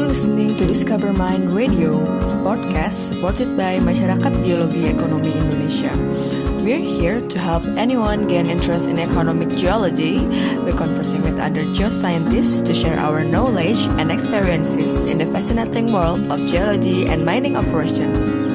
listening to Discover Mind Radio, a podcast supported by Masyarakat Geologi Ekonomi Indonesia. We're here to help anyone gain interest in economic geology by conversing with other geoscientists to share our knowledge and experiences in the fascinating world of geology and mining operation.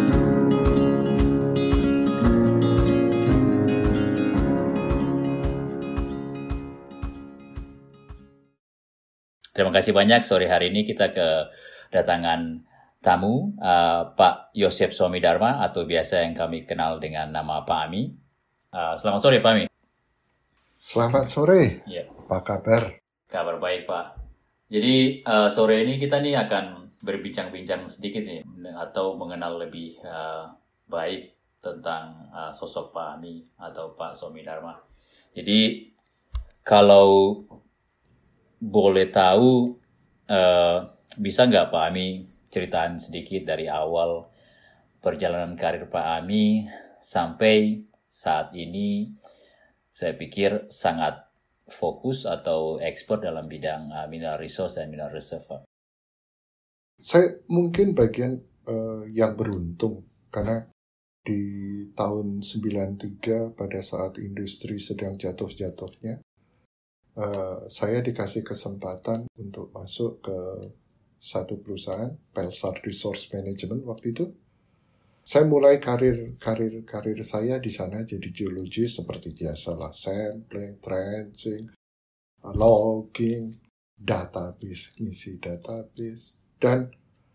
Terima kasih banyak. Sore hari ini kita kedatangan tamu Pak Yosep Somidharma atau biasa yang kami kenal dengan nama Pak Ami. Selamat sore Pak Ami. Selamat sore. Ya. Apa kabar? Kabar baik Pak. Jadi sore ini kita nih akan berbincang-bincang sedikit nih atau mengenal lebih baik tentang sosok Pak Ami atau Pak Somidharma. Jadi kalau boleh tahu, bisa nggak Pak Ami ceritain sedikit dari awal perjalanan karir Pak Ami sampai saat ini? Saya pikir sangat fokus atau ekspor dalam bidang mineral resource dan mineral reserve. Saya mungkin bagian yang beruntung karena di tahun 93 pada saat industri sedang jatuh-jatuhnya, saya dikasih kesempatan untuk masuk ke satu perusahaan, Pelsar Resource Management waktu itu. Saya mulai karir saya di sana jadi geologis seperti biasalah, sampling, trenching, logging, database, ngisi database, dan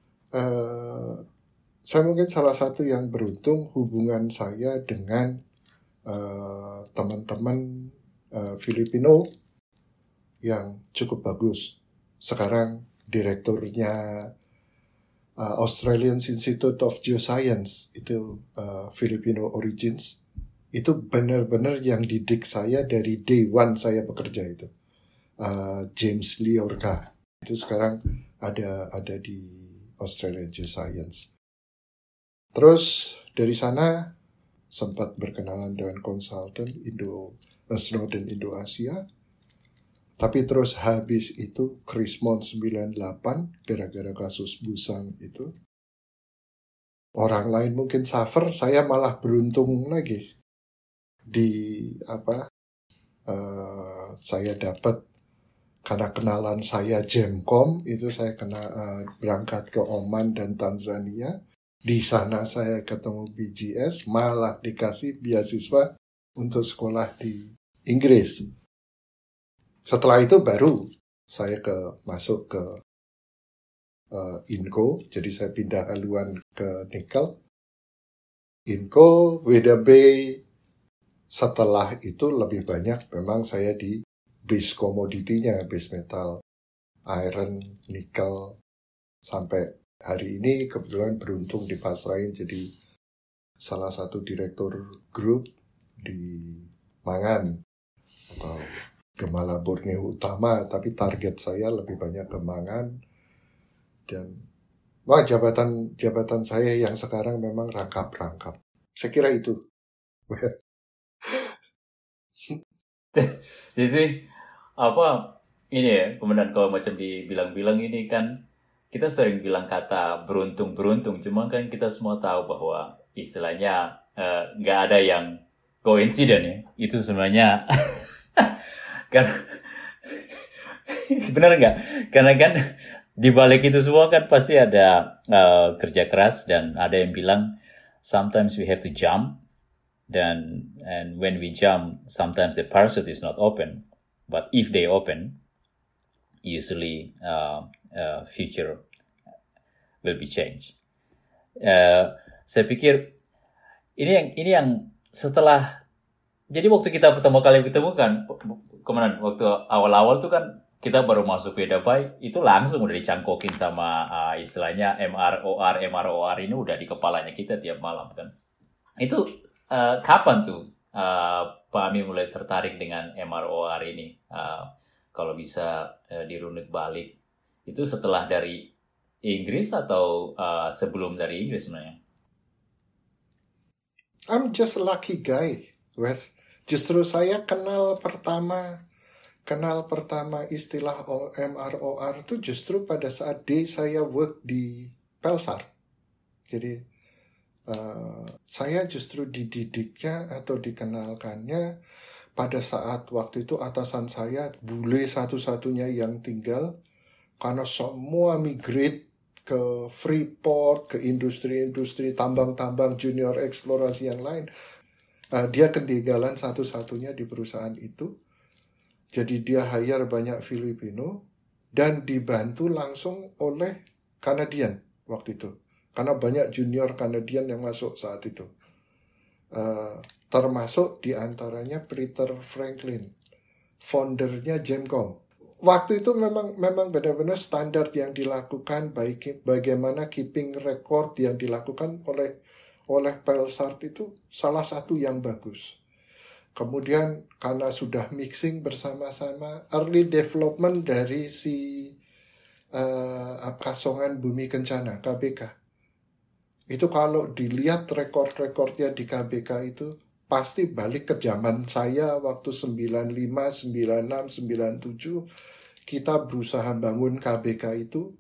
saya mungkin salah satu yang beruntung hubungan saya dengan teman-teman Filipino yang cukup bagus. Sekarang direkturnya Australian Institute of Geoscience itu Filipino origins. Itu benar-benar yang didik saya dari day one saya bekerja itu. James Liorca itu sekarang ada di Australian Geoscience. Terus dari sana sempat berkenalan dengan konsultan Snowden Indo-Asia. Tapi terus habis itu Krismon 98 gara-gara kasus Busang itu. Orang lain mungkin suffer, saya malah beruntung lagi. Saya dapat karena kenalan saya Gemcom itu saya berangkat ke Oman dan Tanzania. Di sana saya ketemu BGS, malah dikasih beasiswa untuk sekolah di Inggris. Setelah itu baru saya masuk ke Inco, jadi saya pindah haluan ke nikel. Inco, Weda Bay, setelah itu lebih banyak memang saya di base commodity-nya, base metal, iron, nikel, sampai hari ini kebetulan beruntung dipasrahin jadi salah satu direktur grup di Mangan atau Gemala Borneo Utama, tapi target saya lebih banyak ke Mangan. Dan jabatan saya yang sekarang memang rangkap-rangkap. Saya kira itu. Jadi ini ya, kemudian kalau macam dibilang-bilang ini kan kita sering bilang kata beruntung, cuma kan kita semua tahu bahwa istilahnya nggak ada yang coincident ya. Itu sebenarnya kan benar nggak? Karena kan di balik itu semua kan pasti ada kerja keras, dan ada yang bilang sometimes we have to jump, and when we jump sometimes the parachute is not open, but if they open usually future will be changed. Saya pikir ini yang setelah, jadi waktu kita pertama kali ketemu kan kemarin waktu awal-awal tuh kan kita baru masuk Weda Bay, itu langsung udah dicangkokin sama istilahnya MROR ini udah di kepalanya kita tiap malam kan. Itu kapan tuh Pak Ami mulai tertarik dengan MROR ini? Kalau bisa dirunut balik, itu setelah dari Inggris atau sebelum dari Inggris sebenarnya? I'm just a lucky guy, Wes. Justru saya kenal pertama kenal pertama istilah MROR itu justru pada saat saya work di Pelsart. Jadi saya justru dididiknya atau dikenalkannya pada saat waktu itu atasan saya bule satu-satunya yang tinggal, karena semua migrate ke Freeport, ke industri-industri tambang-tambang junior eksplorasi yang lain. Dia ketinggalan satu-satunya di perusahaan itu. Jadi dia hire banyak Filipino dan dibantu langsung oleh Kanadian waktu itu. Karena banyak junior Kanadian yang masuk saat itu. Termasuk diantaranya Peter Franklin, foundernya Gemcom. Waktu itu memang benar-benar standar yang dilakukan, bagaimana keeping record yang dilakukan oleh Pelsart itu salah satu yang bagus. Kemudian karena sudah mixing bersama-sama, early development dari si Kasongan Bumi Kencana, KBK. Itu kalau dilihat rekor-rekornya di KBK itu, pasti balik ke zaman saya waktu 95, 96, 97, kita berusaha bangun KBK itu,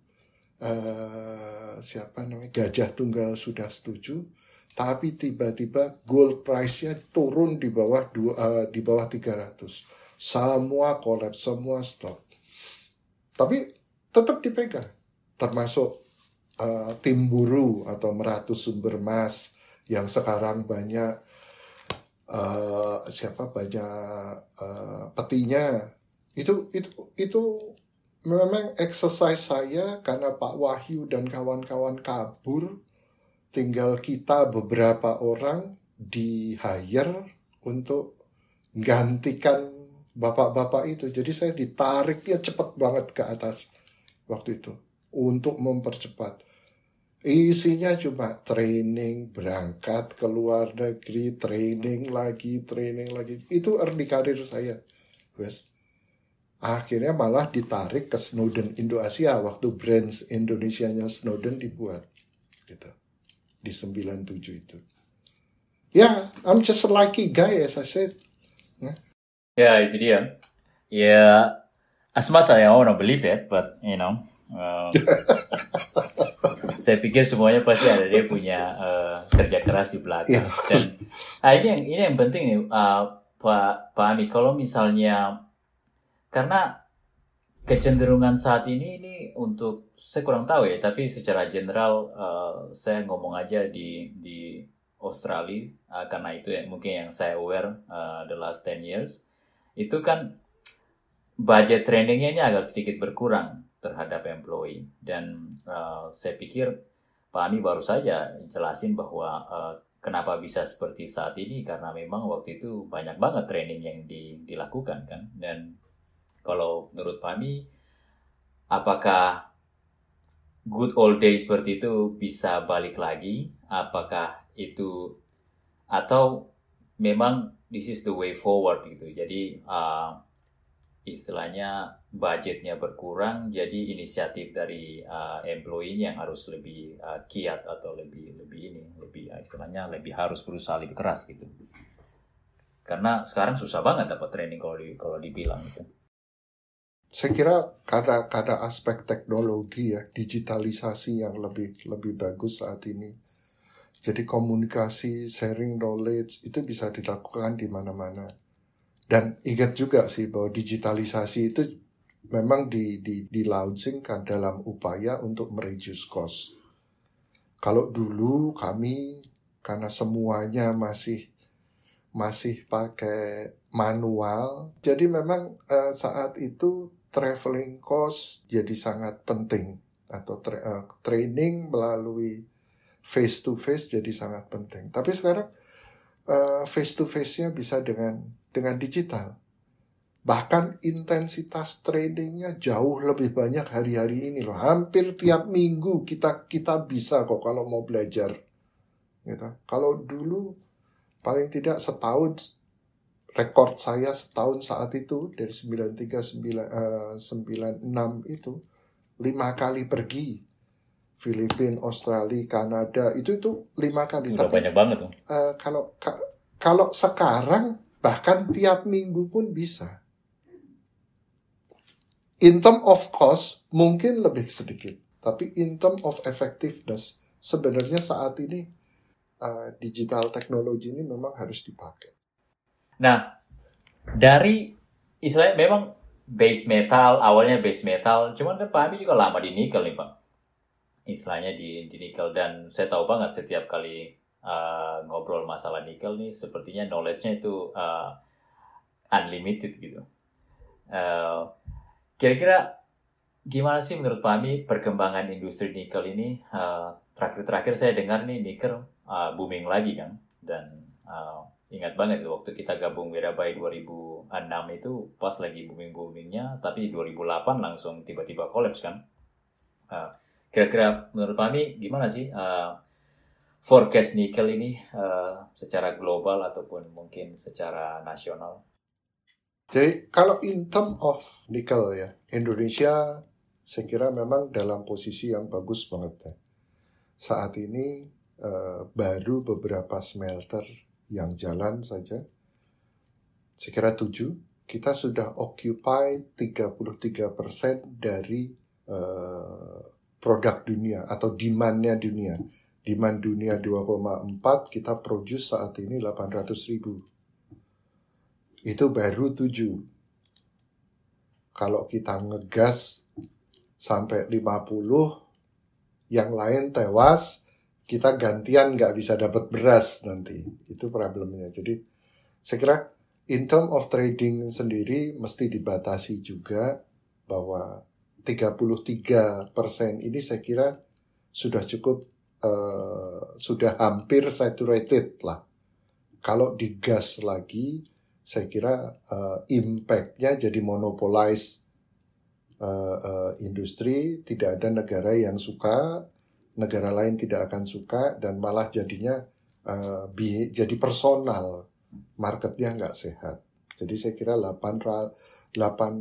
Gajah Tunggal sudah setuju, tapi tiba-tiba gold price-nya turun di bawah 300. Semua collapse, semua stop. Tapi tetap dipegang, termasuk tim buru atau Meratus Sumber Mas yang sekarang banyak petinya. Itu memang exercise saya karena Pak Wahyu dan kawan-kawan kabur, tinggal kita beberapa orang di hire untuk gantikan bapak-bapak itu. Jadi saya ditariknya cepat banget ke atas waktu itu untuk mempercepat. Isinya cuma training, berangkat ke luar negeri, training lagi. Itu early karir saya, Wes. Akhirnya malah ditarik ke Snowden Indo-Asia waktu branch Indonesianya Snowden dibuat, gitu, di 97 itu. Yeah, I'm just a lucky guy, as I said. Ya, itu dia. Ya, as much as I wanna believe it, but saya pikir semuanya pasti ada dia punya kerja keras di belakang. Dan ini yang penting nih, Pak Ami, kalau misalnya, karena kecenderungan saat ini untuk, saya kurang tahu ya, tapi secara general saya ngomong aja di Australia, karena itu ya mungkin yang saya aware the last 10 years, itu kan budget trainingnya ini agak sedikit berkurang terhadap employee. Dan saya pikir Pak Ami baru saja jelasin bahwa kenapa bisa seperti saat ini, karena memang waktu itu banyak banget training yang dilakukan kan. Dan kalau menurut Pak Ami, apakah good old days seperti itu bisa balik lagi? Apakah itu, atau memang this is the way forward gitu? Jadi istilahnya budgetnya berkurang, jadi inisiatif dari employee yang harus lebih kiat atau istilahnya lebih harus berusaha lebih keras gitu. Karena sekarang susah banget dapat training kalau dibilang gitu. Saya kira karena aspek teknologi ya, digitalisasi yang lebih bagus saat ini. Jadi komunikasi, sharing knowledge itu bisa dilakukan di mana-mana. Dan ingat juga sih bahwa digitalisasi itu memang di launching kan dalam upaya untuk mereduce cost. Kalau dulu kami, karena semuanya masih pakai manual, jadi memang saat itu traveling cost jadi sangat penting, atau training melalui face to face jadi sangat penting. Tapi sekarang face to face-nya bisa dengan digital. Bahkan intensitas trainingnya jauh lebih banyak hari-hari ini loh. Hampir tiap minggu kita bisa kok kalau mau belajar. Gitu. Kalau dulu paling tidak setahun, rekor saya setahun saat itu dari 93 96 itu 5 kali pergi. Filipina, Australia, Kanada, itu 5 kali. Udah banyak banget tuh. Kalau Kalau sekarang bahkan tiap minggu pun bisa. in term of cost mungkin lebih sedikit, tapi in term of effectiveness sebenarnya saat ini digital teknologi ini memang harus dipakai. Nah, dari istilahnya memang base metal, awalnya base metal, cuman kan Pak Ami juga lama di nikel nih Pak. Istilahnya di nikel, dan saya tahu banget setiap kali ngobrol masalah nikel nih, sepertinya knowledge-nya itu unlimited gitu. Kira-kira gimana sih menurut Pak Ami perkembangan industri nikel ini? Terakhir-terakhir saya dengar nih nikel booming lagi kan, dan ingat banget waktu kita gabung Wirabay 2006 itu pas lagi booming-boomingnya, tapi 2008 langsung tiba-tiba collapse kan. Kira-kira menurut Pak Ami gimana sih forecast nikel ini secara global ataupun mungkin secara nasional? Jadi kalau in term of nikel ya, Indonesia saya kira memang dalam posisi yang bagus banget ya. Saat ini baru beberapa smelter yang jalan saja, saya kira 7. Kita sudah occupy 33% dari produk dunia atau demand-nya dunia. Demand dunia 2,4, kita produce saat ini 800.000. Itu baru 7. Kalau kita ngegas sampai 50, yang lain tewas, kita gantian nggak bisa dapat beras nanti. Itu problemnya. Jadi saya kira in term of trading sendiri mesti dibatasi juga, bahwa 33% ini saya kira sudah cukup, sudah hampir saturated lah. Kalau digas lagi, saya kira impact-nya jadi monopolize industri, tidak ada negara yang suka, negara lain tidak akan suka, dan malah jadinya jadi personal, marketnya nggak sehat. Jadi saya kira 800.000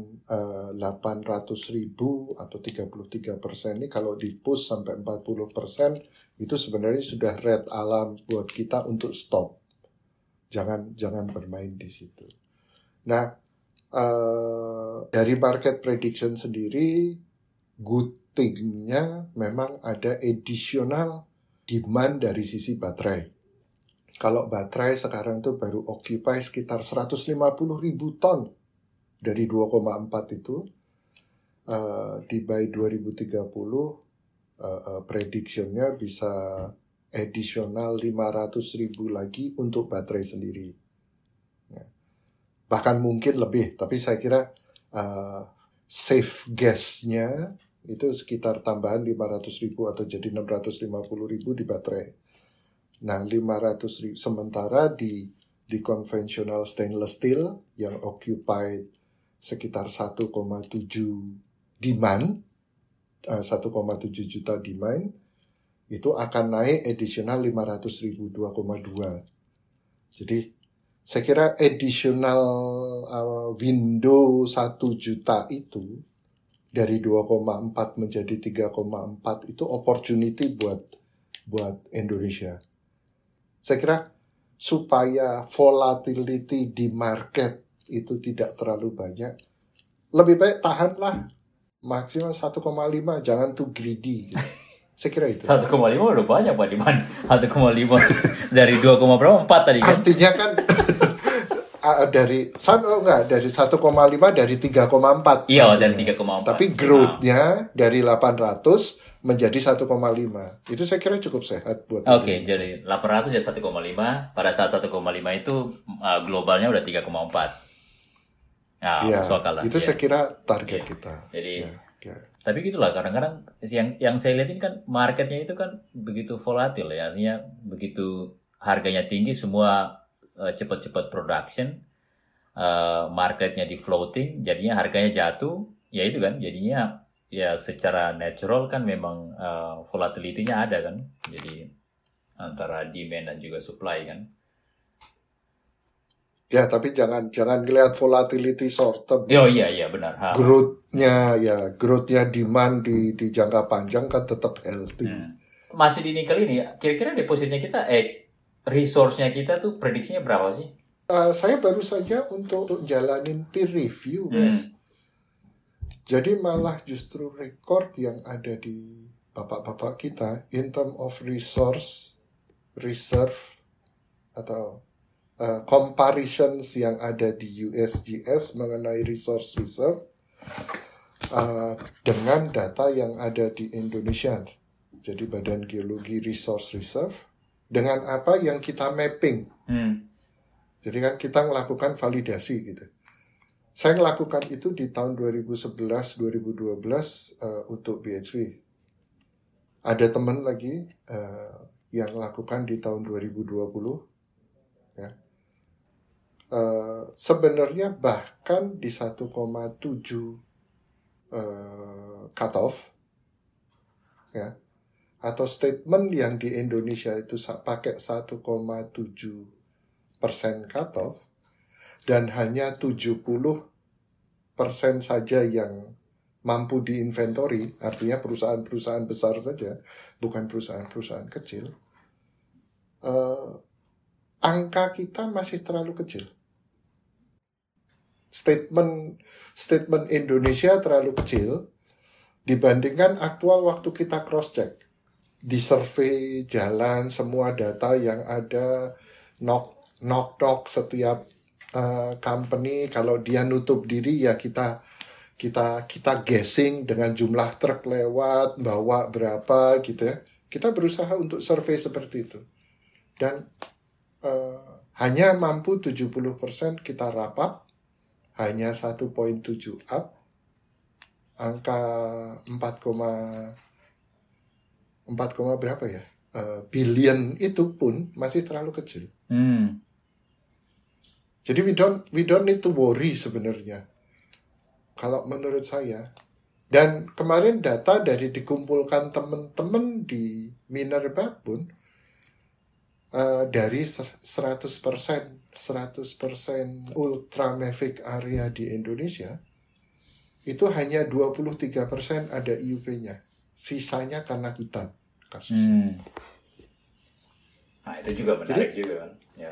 atau 33% ini kalau di-push sampai 40%, itu sebenarnya sudah red alarm buat kita untuk stop. Jangan bermain di situ. Nah, dari market prediction sendiri, good thing-nya memang ada additional demand dari sisi baterai. Kalau baterai sekarang tuh baru occupy sekitar 150.000 ton dari 2,4 itu, by 2030 prediction-nya bisa additional 500.000 lagi untuk baterai sendiri. Bahkan mungkin lebih, tapi saya kira safe gas-nya itu sekitar tambahan 500.000 atau jadi 650.000 di baterai. Nah, 500.000 sementara di conventional stainless steel yang occupied sekitar 1,7 demand, 1,7 juta demand, itu akan naik additional 500.000, 2,2. Jadi saya kira additional window 1 juta itu dari 2,4 menjadi 3,4 itu opportunity buat Indonesia. Saya kira supaya volatility di market itu tidak terlalu banyak, lebih baik tahanlah maksimal 1,5, jangan too greedy gitu. Saya kira itu. 1,5 udah banyak Pak, di mana? 1,5 dari 2,4 tadi kan? Artinya kan dari 1,5 dari 3,4. Iya, dari 3,4. Tapi growth-nya dari 800 menjadi 1,5. Itu saya kira cukup sehat buat Oke, jadi 800 jadi 1,5. Pada saat 1,5 itu globalnya udah 3,4. Nah, ya, masuk akal lah. Itu saya kira target ya. kita. Jadi ya. Tapi gitulah, kadang-kadang yang saya lihat ini kan marketnya itu kan begitu volatil ya, artinya begitu harganya tinggi semua cepat-cepat production, marketnya di floating, jadinya harganya jatuh, ya itu kan jadinya ya secara natural kan memang volatility-nya ada kan, jadi antara demand dan juga supply kan. Ya, tapi jangan lihat volatility short term. Oh iya benar. Growth-nya demand di jangka panjang kan tetap healthy. Masih di nikel ini, kira-kira depositnya kita, resource-nya kita tuh prediksinya berapa sih? Saya baru saja untuk jalanin peer review, guys. Jadi malah justru record yang ada di bapak-bapak kita in term of resource reserve atau comparisons yang ada di USGS mengenai resource reserve dengan data yang ada di Indonesia. Jadi Badan Geologi Resource Reserve dengan apa yang kita mapping. Jadi kan kita melakukan validasi gitu. Saya melakukan itu di tahun 2011-2012 untuk BHP. Ada teman lagi yang lakukan di tahun 2020. Ya. Sebenarnya bahkan di 1,7 cutoff, ya, atau statement yang di Indonesia itu pakai 1,7% cutoff, dan hanya 70% saja yang mampu diinventory, artinya perusahaan-perusahaan besar saja, bukan perusahaan-perusahaan kecil. Angka kita masih terlalu kecil. Statement Indonesia terlalu kecil dibandingkan aktual waktu kita cross-check. Di survei jalan, semua data yang ada, knock setiap company, kalau dia nutup diri ya kita guessing dengan jumlah truk lewat, bawa berapa gitu ya. Kita berusaha untuk survei seperti itu. Dan hanya mampu 70% kita rapat, hanya 1.7 up, angka 4, berapa ya? Billion itu pun masih terlalu kecil. Jadi we don't need to worry sebenarnya. Kalau menurut saya. Dan kemarin data dari dikumpulkan teman-teman di Minerba pun dari 100% ultramafic area di Indonesia itu hanya 23% ada IUP-nya. Sisanya karena hutan kasusnya. Nah, itu juga menarik juga kan. Ya.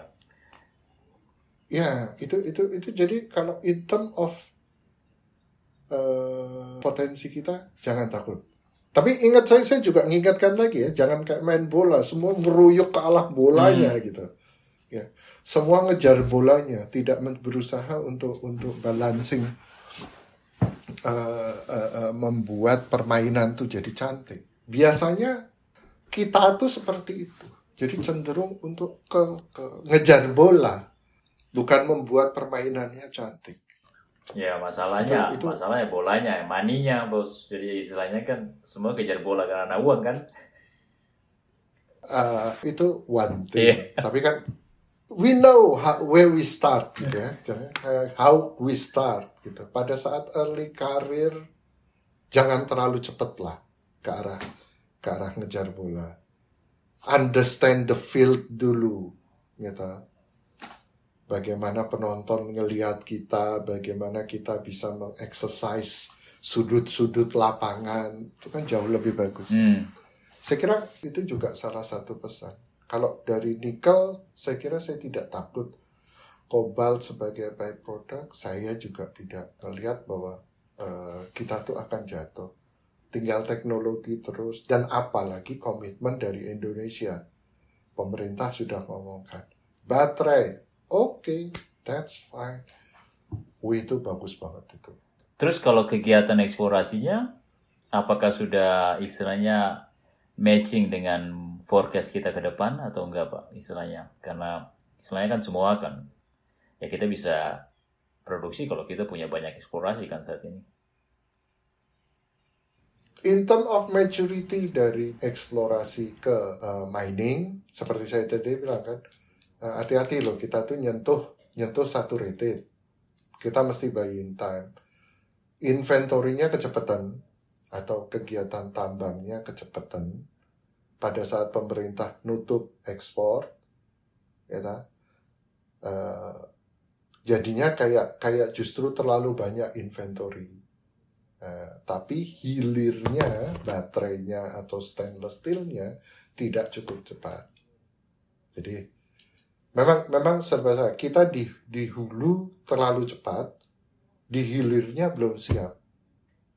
Ya, itu jadi kalau in term of potensi kita jangan takut. Tapi ingat saya juga mengingatkan lagi ya, jangan kayak main bola, semua meruyuk ke arah bolanya gitu. Ya, semua ngejar bolanya, tidak berusaha untuk balancing, membuat permainan tuh jadi cantik. Biasanya kita tuh seperti itu. Jadi cenderung untuk ke ngejar bola, bukan membuat permainannya cantik. Ya masalahnya bolanya, maninya bos. Jadi istilahnya kan semua kejar bola karena uang kan. Itu one thing. Tapi kan we know where we start gitu ya. How we start gitu. Pada saat early career jangan terlalu cepat lah ke arah ngejar bola. Understand the field dulu gitu. Bagaimana penonton ngelihat kita, bagaimana kita bisa mengexercise sudut-sudut lapangan, itu kan jauh lebih bagus. Saya kira itu juga salah satu pesan. Kalau dari nikel, saya kira saya tidak takut kobalt sebagai byproduct. Saya juga tidak melihat bahwa kita tuh akan jatuh. Tinggal teknologi terus, dan apalagi komitmen dari Indonesia. Pemerintah sudah ngomongkan. Baterai, okay, that's fine. Itu bagus banget itu. Terus kalau kegiatan eksplorasinya, apakah sudah istilahnya matching dengan forecast kita ke depan atau enggak Pak istilahnya? Karena istilahnya kan semua kan, ya kita bisa produksi kalau kita punya banyak eksplorasi kan saat ini. In term of maturity dari eksplorasi ke mining, seperti saya tadi bilang kan, hati-hati loh, kita tuh nyentuh saturated. Kita mesti buy in time. Inventory-nya kecepatan atau kegiatan tambangnya kecepatan pada saat pemerintah nutup ekspor, ya, jadinya kayak justru terlalu banyak inventory. Tapi hilirnya, baterainya atau stainless steel-nya tidak cukup cepat. Jadi memang serba salah. Kita di hulu terlalu cepat, di hilirnya belum siap.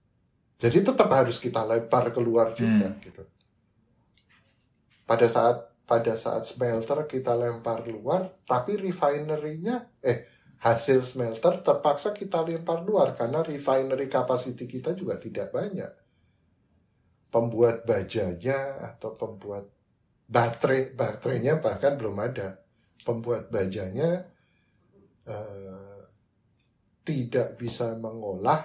Jadi tetap harus kita lempar keluar juga gitu. Pada saat smelter kita lempar keluar, tapi refinery-nya hasil smelter terpaksa kita lempar luar karena refinery capacity kita juga tidak banyak. Pembuat bajanya atau pembuat baterainya bahkan belum ada. Pembuat bajanya tidak bisa mengolah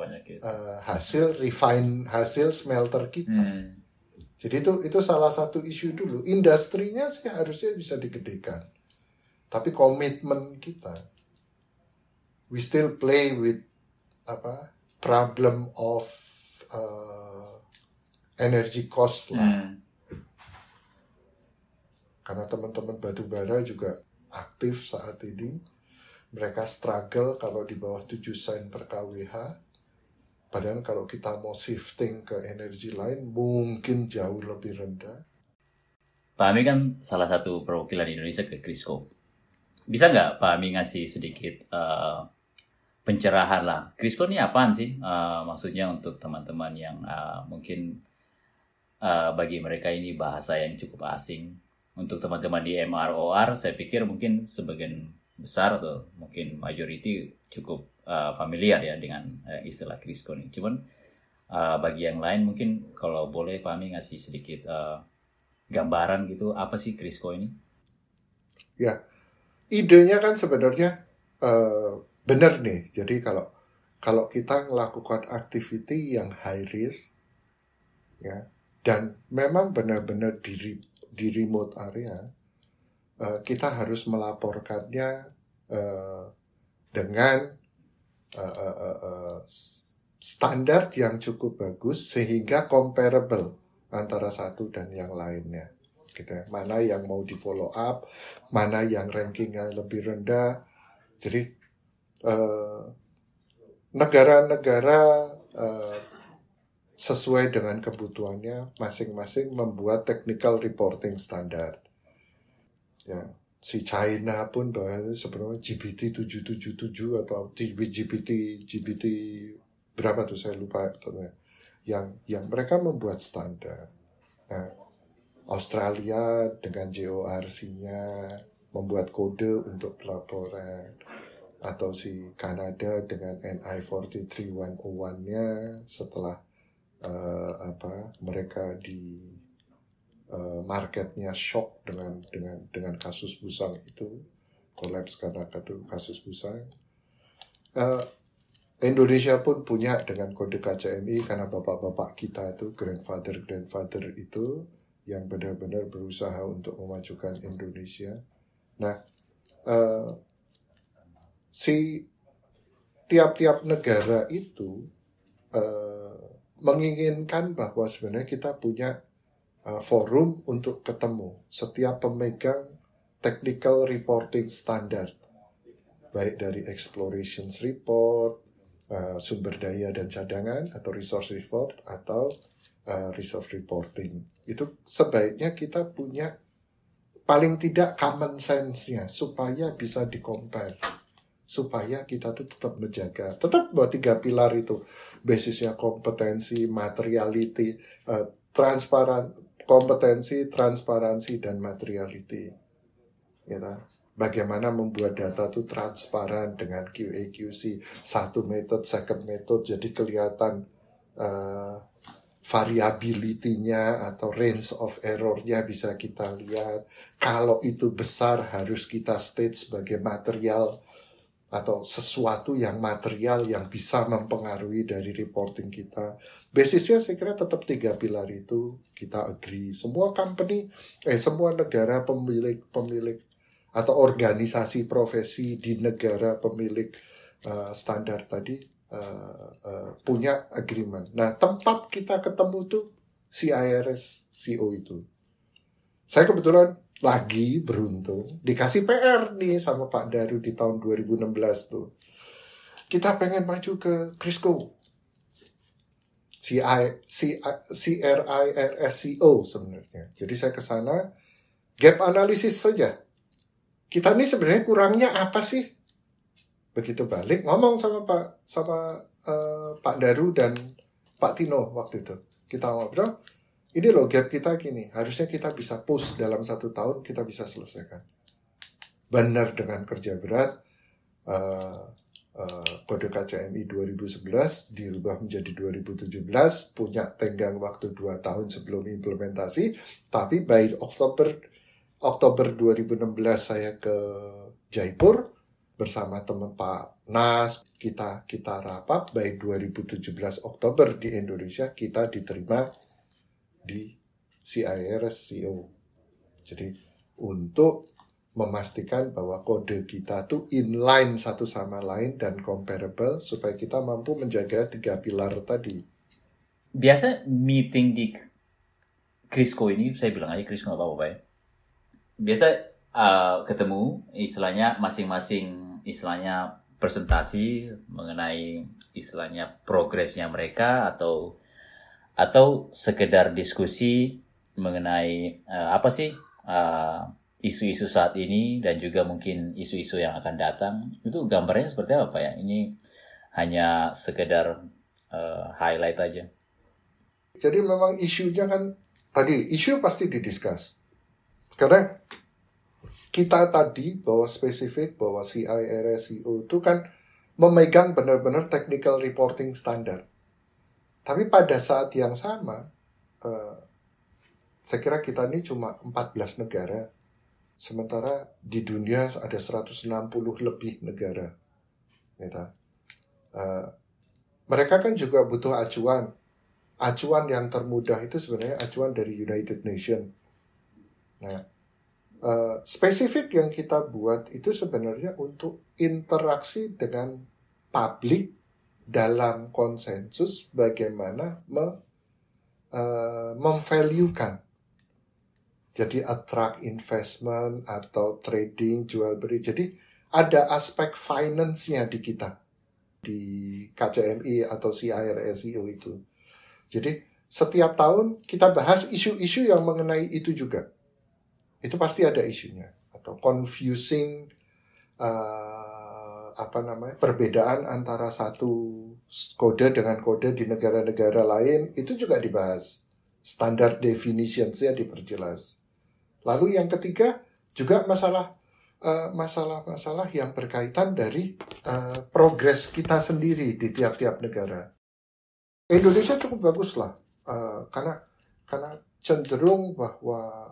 hasil smelter kita. Jadi itu salah satu isu dulu. Industrinya sih harusnya bisa digedekan. Tapi komitmen kita, we still play with problem of energy cost lah. Karena teman-teman batubara juga aktif saat ini. Mereka struggle kalau di bawah 7 sen per kWh. Padahal kalau kita mau shifting ke energi lain, mungkin jauh lebih rendah. Pak Ami kan salah satu perwakilan Indonesia ke KRISCO. Bisa nggak Pak Ami ngasih sedikit pencerahan lah? KRISCO ini apaan sih? Maksudnya untuk teman-teman yang mungkin bagi mereka ini bahasa yang cukup asing. Untuk teman-teman di MROR, saya pikir mungkin sebagian besar atau mungkin majority cukup familiar ya dengan istilah KRISCO ini. Cuman bagi yang lain mungkin kalau boleh Pak Ami ngasih sedikit gambaran gitu, apa sih KRISCO ini? Ya, idenya kan sebenarnya benar nih. Jadi kalau kita melakukan activity yang high risk, ya, dan memang benar-benar di remote area, kita harus melaporkannya dengan standar yang cukup bagus sehingga comparable antara satu dan yang lainnya. Gitu ya. Mana yang mau di follow up, mana yang rankingnya lebih rendah. Jadi negara-negara sesuai dengan kebutuhannya masing-masing membuat technical reporting standard. Ya, si China pun bahkan sebenarnya GPT 777 atau GPT berapa tuh saya lupa yang mereka membuat standar. Nah, Australia dengan JORC-nya membuat kode untuk pelaporan, atau si Kanada dengan NI 43101-nya setelah mereka di marketnya shock dengan kasus Busang itu, collapse karena kasus Busang. Indonesia pun punya dengan kode KCMI karena bapak-bapak kita itu grandfather itu yang benar-benar berusaha untuk memajukan Indonesia. Nah, si tiap-tiap negara itu menginginkan bahwa sebenarnya kita punya forum untuk ketemu setiap pemegang technical reporting standard, baik dari exploration report, sumber daya dan cadangan, atau resource report, atau reserve reporting. Itu sebaiknya kita punya paling tidak common sense-nya supaya bisa di-compare, supaya kita tuh tetap menjaga, tetap buat 3 pilar itu, basisnya kompetensi, materiality, kompetensi, transparansi, dan materiality. Gitu. Bagaimana membuat data itu transparan dengan QA/QC, satu method, second method, jadi kelihatan variability-nya atau range of error-nya bisa kita lihat. Kalau itu besar harus kita state sebagai material atau sesuatu yang material yang bisa mempengaruhi dari reporting kita. Basisnya saya kira tetap 3 pilar itu kita agree. Semua company, semua negara pemilik atau organisasi profesi di negara pemilik standar tadi punya agreement. Nah, tempat kita ketemu tuh CIRS CO itu. Saya kebetulan lagi beruntung dikasih PR nih sama Pak Daru di tahun 2016 tuh. Kita pengen maju ke KRISCO. CRIRSCO sebenarnya. Jadi saya ke sana gap analisis saja. Kita ini sebenarnya kurangnya apa sih? Begitu balik ngomong sama Pak Daru dan Pak Tino waktu itu. Kita ngobrol, ini loh gap kita gini, harusnya kita bisa push dalam 1 tahun, kita bisa selesaikan. Benar, dengan kerja berat, kode KCMI 2011 dirubah menjadi 2017, punya tenggang waktu 2 tahun sebelum implementasi, tapi by Oktober 2016 saya ke Jaipur bersama teman Pak Nas, kita rapat, by 2017 Oktober di Indonesia kita diterima di CIRS-CO. Jadi untuk memastikan bahwa kode kita tuh inline satu sama lain dan comparable supaya kita mampu menjaga 3 pilar tadi. Biasa meeting di Crisco ini, saya bilang aja Crisco nggak apa-apa ya. Biasa ketemu istilahnya masing-masing istilahnya presentasi mengenai istilahnya progresnya mereka atau sekedar diskusi mengenai apa sih isu-isu saat ini dan juga mungkin isu-isu yang akan datang. Itu gambarnya seperti apa ya? Ini hanya sekedar highlight aja. Jadi memang isunya kan tadi, isu pasti didiskus. Karena kita tadi bahwa spesifik bahwa CIRS-CO itu kan memegang benar-benar technical reporting standard. Tapi pada saat yang sama, saya kira kita ini cuma 14 negara. Sementara di dunia ada 160 lebih negara. Gitu. Mereka kan juga butuh acuan. Acuan yang termudah itu sebenarnya acuan dari United Nations. Nah, spesifik yang kita buat itu sebenarnya untuk interaksi dengan publik dalam konsensus bagaimana memvaluekan. Jadi attract investment atau trading, jual beli. Jadi ada aspek finance-nya di kita. Di KCMI atau CIRS-CO itu. Jadi setiap tahun kita bahas isu-isu yang mengenai itu juga. Itu pasti ada isunya. Atau confusing perbedaan antara satu kode dengan kode di negara-negara lain. Itu juga dibahas. Standard definitions-nya diperjelas. Lalu yang ketiga juga masalah-masalah yang berkaitan dari progres kita sendiri di tiap-tiap negara. Indonesia cukup bagus lah, karena cenderung bahwa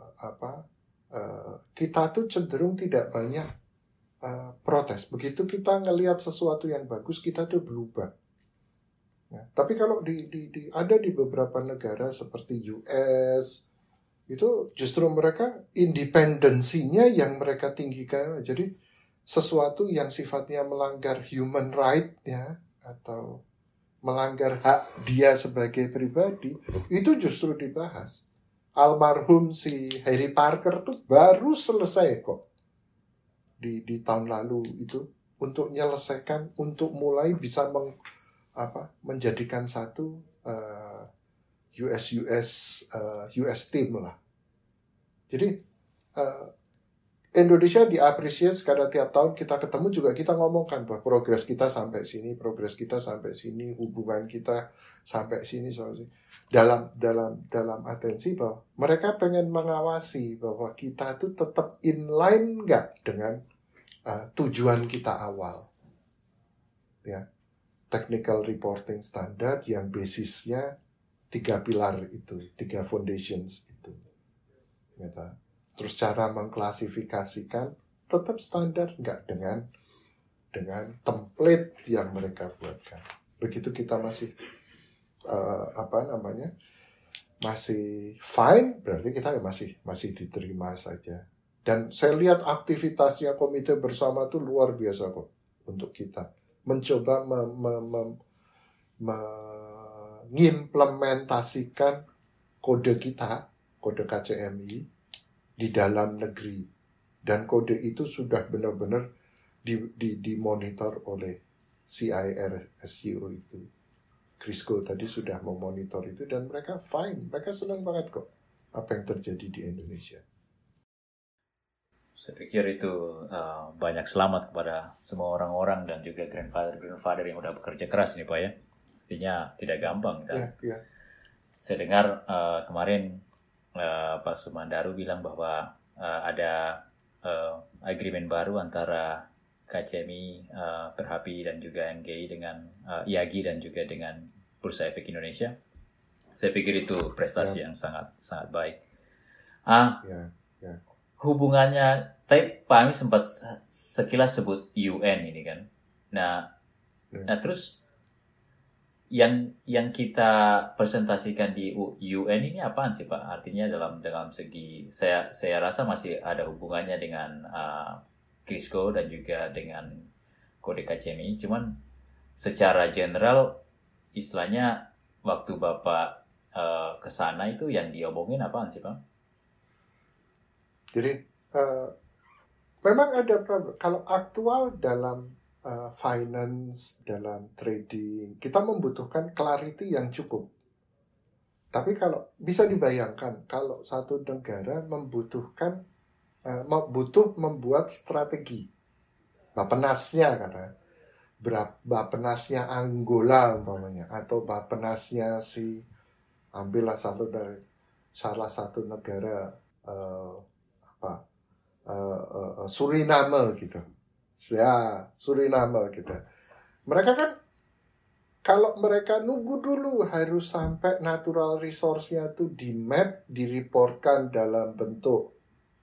kita tuh cenderung tidak banyak protes. Begitu kita ngelihat sesuatu yang bagus, kita tuh berubah. Ya, tapi kalau ada di beberapa negara seperti US, itu justru mereka independensinya yang mereka tinggikan. Jadi sesuatu yang sifatnya melanggar human right ya atau melanggar hak dia sebagai pribadi itu justru dibahas. Almarhum si Harry Parker tuh baru selesai kok di tahun lalu itu untuk menyelesaikan, untuk mulai bisa menjadikan satu US team lah. Jadi Indonesia diapresiasi karena tiap tahun kita ketemu juga kita ngomongkan bahwa progres kita sampai sini, hubungan kita sampai sini. Dalam atensi bahwa mereka pengen mengawasi bahwa kita tuh tetap inline nggak dengan tujuan kita awal. Ya, technical reporting standard yang basisnya 3 pilar itu, 3 foundations itu. Gitu. Terus cara mengklasifikasikan tetap standar nggak dengan template yang mereka buatkan. Begitu kita masih masih fine, berarti kita masih diterima saja. Dan saya lihat aktivitasnya komite bersama itu luar biasa kok untuk kita mencoba mengimplementasikan kode kita, kode KCMI di dalam negeri, dan kode itu sudah benar-benar dimonitor oleh CIRS-CO itu. Crisco tadi sudah memonitor itu dan mereka fine, mereka senang banget kok apa yang terjadi di Indonesia. Saya pikir itu banyak selamat kepada semua orang-orang dan juga grandfather yang udah bekerja keras nih Pak ya. artinya tidak gampang. Yeah. Saya dengar kemarin Pak Sumandaru bilang bahwa ada agreement baru antara KCMI, Perhapi dan juga MGI dengan IAGI dan juga dengan Bursa Efek Indonesia. Saya pikir itu prestasi yang sangat sangat baik. Hubungannya, tapi Pak Ami sempat sekilas sebut UN ini kan. Nah terus yang kita presentasikan di UN ini apaan sih Pak? Artinya dalam segi saya rasa masih ada hubungannya dengan KRISCO dan juga dengan Kode KCMI. Cuman secara general istilahnya waktu Bapak ke sana itu yang diomongin apaan sih Pak? Jadi memang ada problem. Kalau aktual dalam finance, dalam trading, kita membutuhkan clarity yang cukup. Tapi kalau bisa dibayangkan, kalau satu negara membutuhkan butuh membuat strategi, Bapenasnya kata, Bapenasnya Angola umpamanya, atau Bapenasnya ambillah salah satu negara Suriname gitu. Ya, Suriname gitu. Mereka kan kalau mereka nunggu dulu harus sampai natural resource-nya tuh di map, direportkan dalam bentuk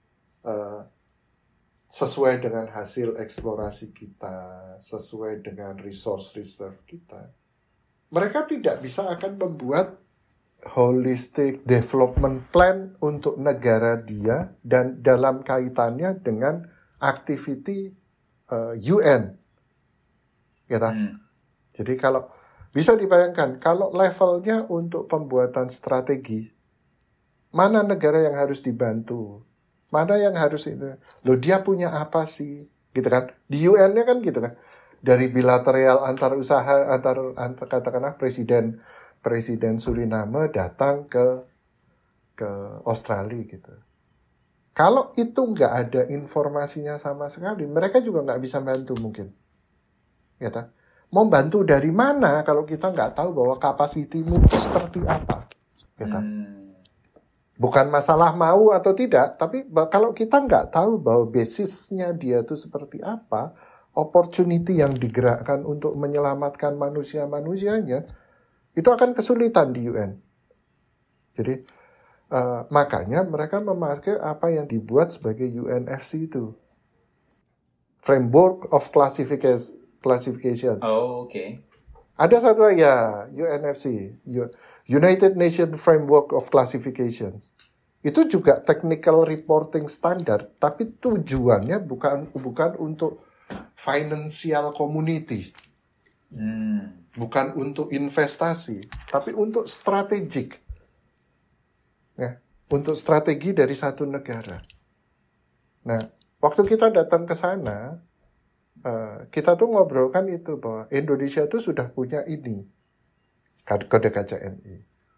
sesuai dengan hasil eksplorasi kita, sesuai dengan resource reserve kita. Mereka tidak bisa akan membuat holistic development plan untuk negara dia dan dalam kaitannya dengan activity UN, gitu. Jadi kalau bisa dibayangkan, kalau levelnya untuk pembuatan strategi, mana negara yang harus dibantu, mana yang harus itu, dia punya apa sih, gitu kan? Di UN-nya kan gitu kan, dari bilateral antar usaha antar katakanlah presiden Suriname datang ke Australia gitu. Kalau itu nggak ada informasinya sama sekali, mereka juga nggak bisa bantu mungkin. Gitu. Mau bantu dari mana kalau kita nggak tahu bahwa kapasitimu itu seperti apa. Gitu. Bukan masalah mau atau tidak, tapi kalau kita nggak tahu bahwa basisnya dia itu seperti apa, opportunity yang digerakkan untuk menyelamatkan manusia-manusianya, itu akan kesulitan di UN. Jadi makanya mereka memakai apa yang dibuat sebagai UNFC itu, Framework of Classifications. Oh, oke. Ada satu lagi ya, UNFC, United Nations Framework of Classifications. Itu juga technical reporting standard, tapi tujuannya bukan untuk financial community, bukan untuk investasi, tapi untuk strategik. Ya, untuk strategi dari satu negara. Nah, waktu kita datang ke sana, kita tuh ngobrolkan itu bahwa Indonesia tuh sudah punya ini, kode KCMI.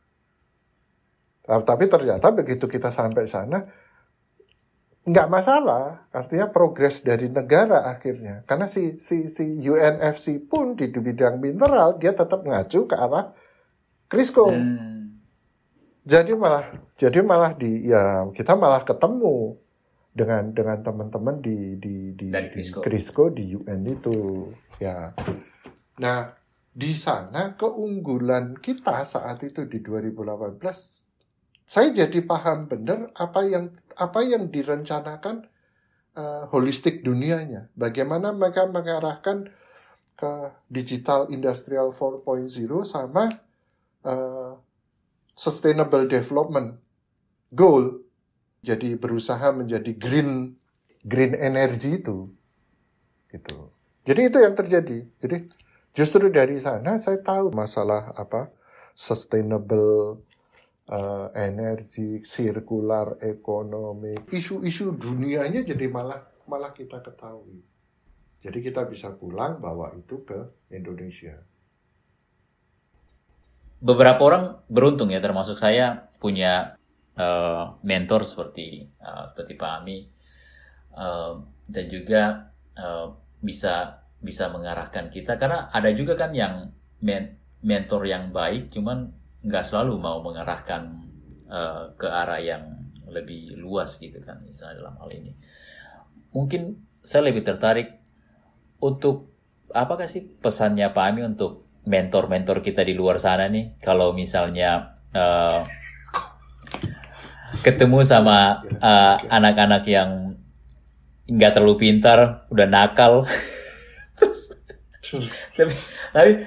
Tapi ternyata begitu kita sampai sana, nggak masalah, artinya progres dari negara akhirnya. Karena si UNFC pun di bidang mineral, dia tetap ngacu ke arah KRISCO. Jadi malah kita malah ketemu dengan teman-teman di KRISCO di UN itu ya. Nah, di sana keunggulan kita saat itu di 2018, saya jadi paham benar apa yang direncanakan holistik dunianya. Bagaimana mereka mengarahkan ke digital industrial 4.0 sama Sustainable Development Goal, jadi berusaha menjadi green energy itu, gitu. Jadi itu yang terjadi. Jadi justru dari sana saya tahu masalah sustainable energy, circular economy, isu-isu dunianya jadi malah kita ketahui. Jadi kita bisa pulang bawa itu ke Indonesia. Beberapa orang beruntung ya, termasuk saya punya mentor seperti Pak Ami, dan juga bisa mengarahkan kita, karena ada juga kan yang mentor yang baik, cuman nggak selalu mau mengarahkan ke arah yang lebih luas gitu kan, misalnya dalam hal ini. Mungkin saya lebih tertarik untuk apakah sih pesannya Pak Ami untuk mentor-mentor kita di luar sana nih, kalau misalnya ketemu sama anak-anak yang nggak terlalu pintar, udah nakal, tapi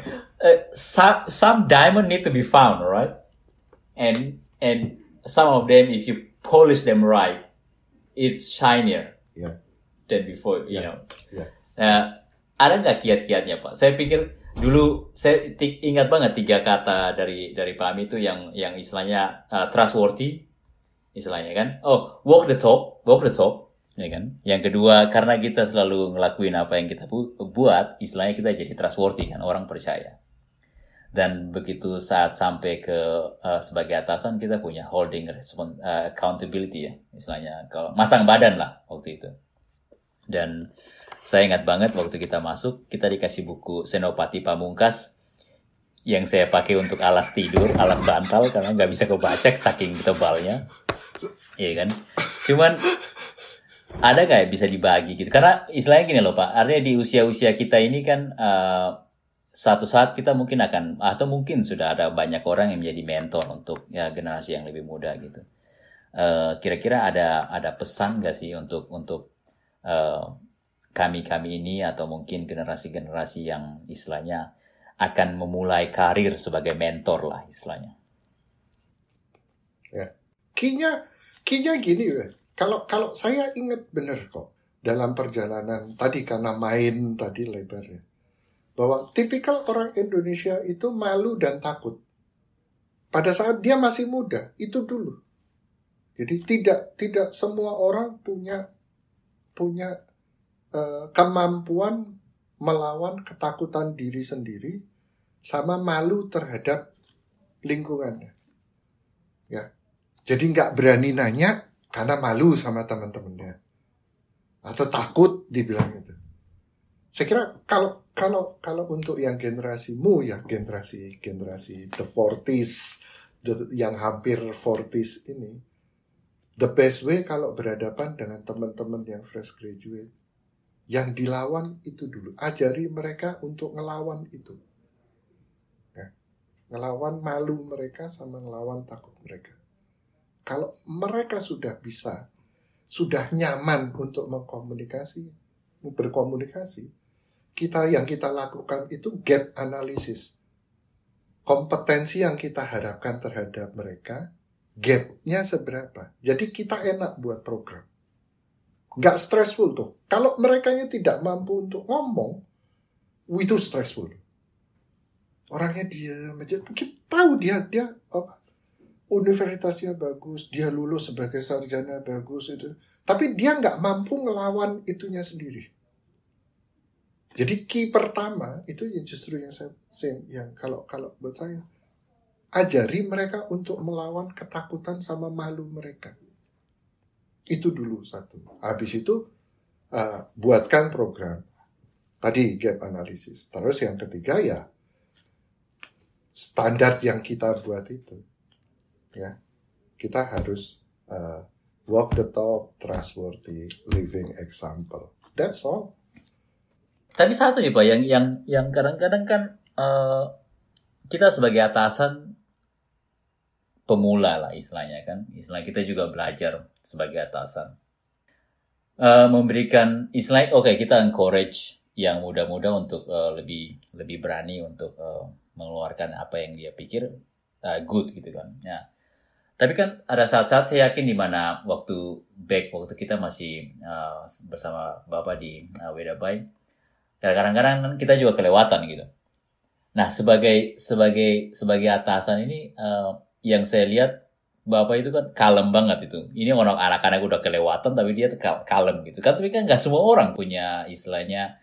some diamond need to be found, right? And some of them, if you polish them right, it's shinier than before, you know. Ada nggak kiat-kiatnya Pak? Saya pikir dulu saya ingat banget 3 kata dari Pak Ami itu yang istilahnya trustworthy, istilahnya kan. Oh, walk the talk, ya kan. Yang kedua, karena kita selalu ngelakuin apa yang kita buat, istilahnya kita jadi trustworthy kan, orang percaya. Dan begitu saat sampai ke sebagai atasan, kita punya holding accountability ya, istilahnya kalau masang badan lah waktu itu. Dan saya ingat banget waktu kita masuk, kita dikasih buku Senopati Pamungkas yang saya pakai untuk alas tidur, alas bantal, karena nggak bisa kebaca saking tebalnya, iya kan. Cuman ada nggak bisa dibagi gitu? Karena istilahnya gini loh Pak, artinya di usia-usia kita ini kan satu saat kita mungkin akan, atau mungkin sudah ada banyak orang yang menjadi mentor untuk ya generasi yang lebih muda gitu. Kira-kira ada pesan nggak sih untuk kami ini atau mungkin generasi-generasi yang istilahnya akan memulai karir sebagai mentor lah istilahnya? Ya, kinya gini ya. Kalau saya ingat benar kok dalam perjalanan tadi, karena main tadi lebarnya, bahwa tipikal orang Indonesia itu malu dan takut pada saat dia masih muda, itu dulu. Jadi tidak semua orang punya kemampuan melawan ketakutan diri sendiri sama malu terhadap lingkungannya. Ya, jadi nggak berani nanya karena malu sama teman-temannya atau takut dibilang itu. Saya kira kalau untuk yang generasimu ya, generasi the 40s, yang hampir 40s ini, the best way kalau berhadapan dengan teman-teman yang fresh graduate, yang dilawan itu dulu. Ajari mereka untuk ngelawan itu. Ya. Ngelawan malu mereka sama ngelawan takut mereka. Kalau mereka sudah bisa, sudah nyaman untuk berkomunikasi, yang kita lakukan itu gap analysis. Kompetensi yang kita harapkan terhadap mereka, gap-nya seberapa. Jadi kita enak buat program. Nggak stressful tuh. Kalau merekanya tidak mampu untuk ngomong, itu stressful. Orangnya diam aja. Kita tahu dia universitasnya bagus, dia lulus sebagai sarjana bagus itu. Tapi dia nggak mampu ngelawan itunya sendiri. Jadi key pertama itu justru yang kalau buat saya, ajari mereka untuk melawan ketakutan sama malu mereka. Itu dulu satu. Habis itu buatkan program. Tadi gap analysis. Terus yang ketiga ya standar yang kita buat itu. Ya, kita harus walk the talk, trustworthy, living example. That's all. Tapi satu nih Pak, yang kadang-kadang kan kita sebagai atasan pemula lah istilahnya kan, istilah kita juga belajar sebagai atasan, memberikan istilah, kita encourage yang muda-muda untuk lebih berani untuk mengeluarkan apa yang dia pikir good gitu kan. Ya. Tapi kan ada saat-saat saya yakin di mana waktu kita masih bersama Bapak di Wedabai, kadang-kadang kan kita juga kelewatan gitu. Nah, sebagai atasan ini yang saya lihat Bapak itu kan kalem banget itu. Ini orang anak-anak udah kelewatan tapi dia kalem gitu. Kan tapi kan nggak semua orang punya istilahnya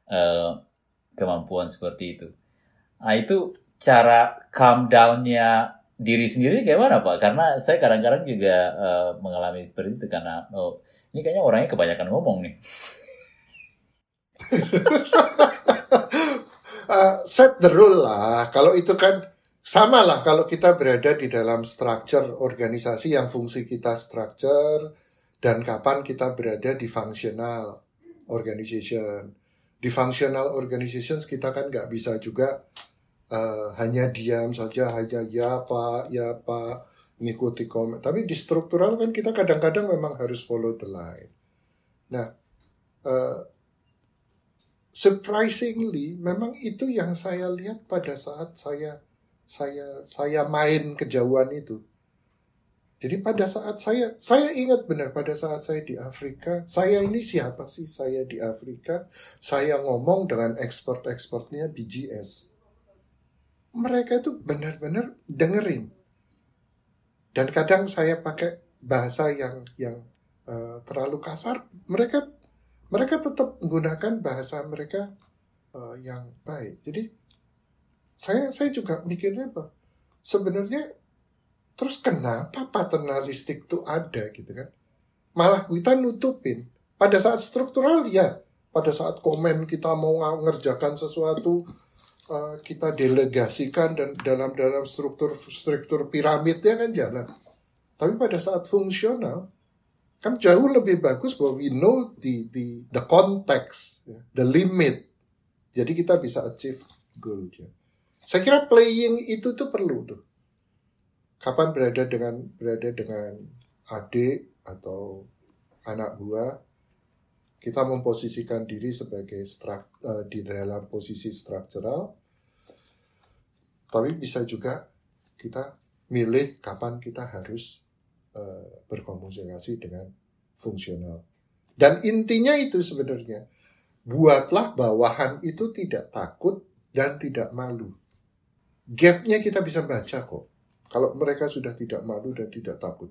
kemampuan seperti itu. Nah, itu cara calm down-nya diri sendiri gimana Pak? Karena saya kadang-kadang juga mengalami seperti itu karena ini kayaknya orangnya kebanyakan ngomong nih. set the rule lah. Kalau itu kan sama lah kalau kita berada di dalam structure organisasi yang fungsi kita structure dan kapan kita berada di functional organization. Di functional organizations kita kan nggak bisa juga hanya diam saja, hanya ya pak, ngikuti komen. Tapi di struktural kan kita kadang-kadang memang harus follow the line. Nah, surprisingly, memang itu yang saya lihat pada saat saya main kejauhan itu. Jadi pada saat saya ingat benar pada saat saya di Afrika, saya ini siapa sih saya di Afrika? Saya ngomong dengan expert-expertnya BGS. Mereka itu benar-benar dengerin. Dan kadang saya pakai bahasa yang terlalu kasar. Mereka tetap menggunakan bahasa mereka yang baik. Jadi saya juga mikirnya apa? Sebenarnya terus kenapa paternalistik itu ada gitu kan? Malah kita nutupin. Pada saat struktural ya, pada saat komen kita mau ngerjakan sesuatu, kita delegasikan dan dalam struktur piramidnya kan jalan. Tapi pada saat fungsional kan jauh lebih bagus bahwa we know the context, the limit. Jadi kita bisa achieve goal-nya. Saya kira playing itu tuh perlu tuh. Kapan berada dengan adik atau anak buah, kita memposisikan diri sebagai di dalam posisi struktural, tapi bisa juga kita milih kapan kita harus berkomunikasi dengan fungsional. Dan intinya itu sebenarnya, buatlah bawahan itu tidak takut dan tidak malu. Gap-nya kita bisa baca kok. Kalau mereka sudah tidak malu dan tidak takut.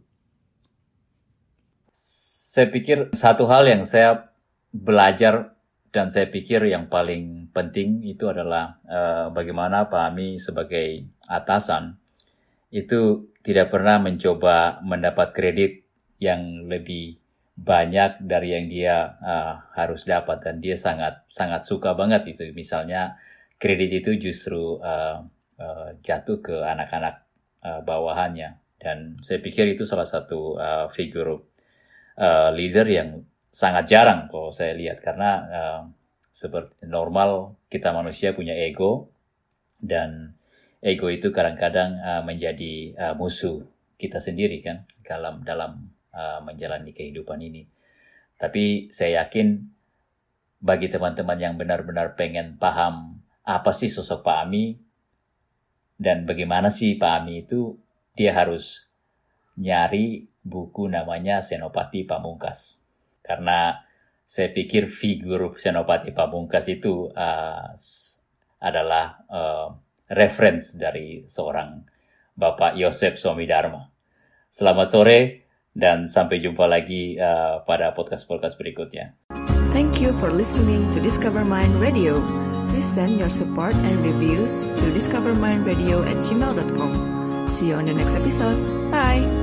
Saya pikir satu hal yang saya belajar dan saya pikir yang paling penting itu adalah bagaimana Pak Ami sebagai atasan itu tidak pernah mencoba mendapat kredit yang lebih banyak dari yang dia harus dapat, dan dia sangat suka banget itu. Misalnya kredit itu justru jatuh ke anak-anak bawahannya, dan saya pikir itu salah satu figur leader yang sangat jarang kalau saya lihat, karena seperti normal kita manusia punya ego, dan ego itu kadang-kadang menjadi musuh kita sendiri kan dalam menjalani kehidupan ini. Tapi saya yakin bagi teman-teman yang benar-benar pengen paham apa sih sosok Pak Ami dan bagaimana sih Pak Ami itu, dia harus nyari buku namanya Senopati Pamungkas. Karena saya pikir figur Senopati Pamungkas itu adalah reference dari seorang Bapak Yosef Swamidharma. Selamat sore dan sampai jumpa lagi pada podcast-podcast berikutnya. Thank you for listening to Discover Mind Radio. Please send your support and reviews to discovermindradio@gmail.com. See you on the next episode. Bye!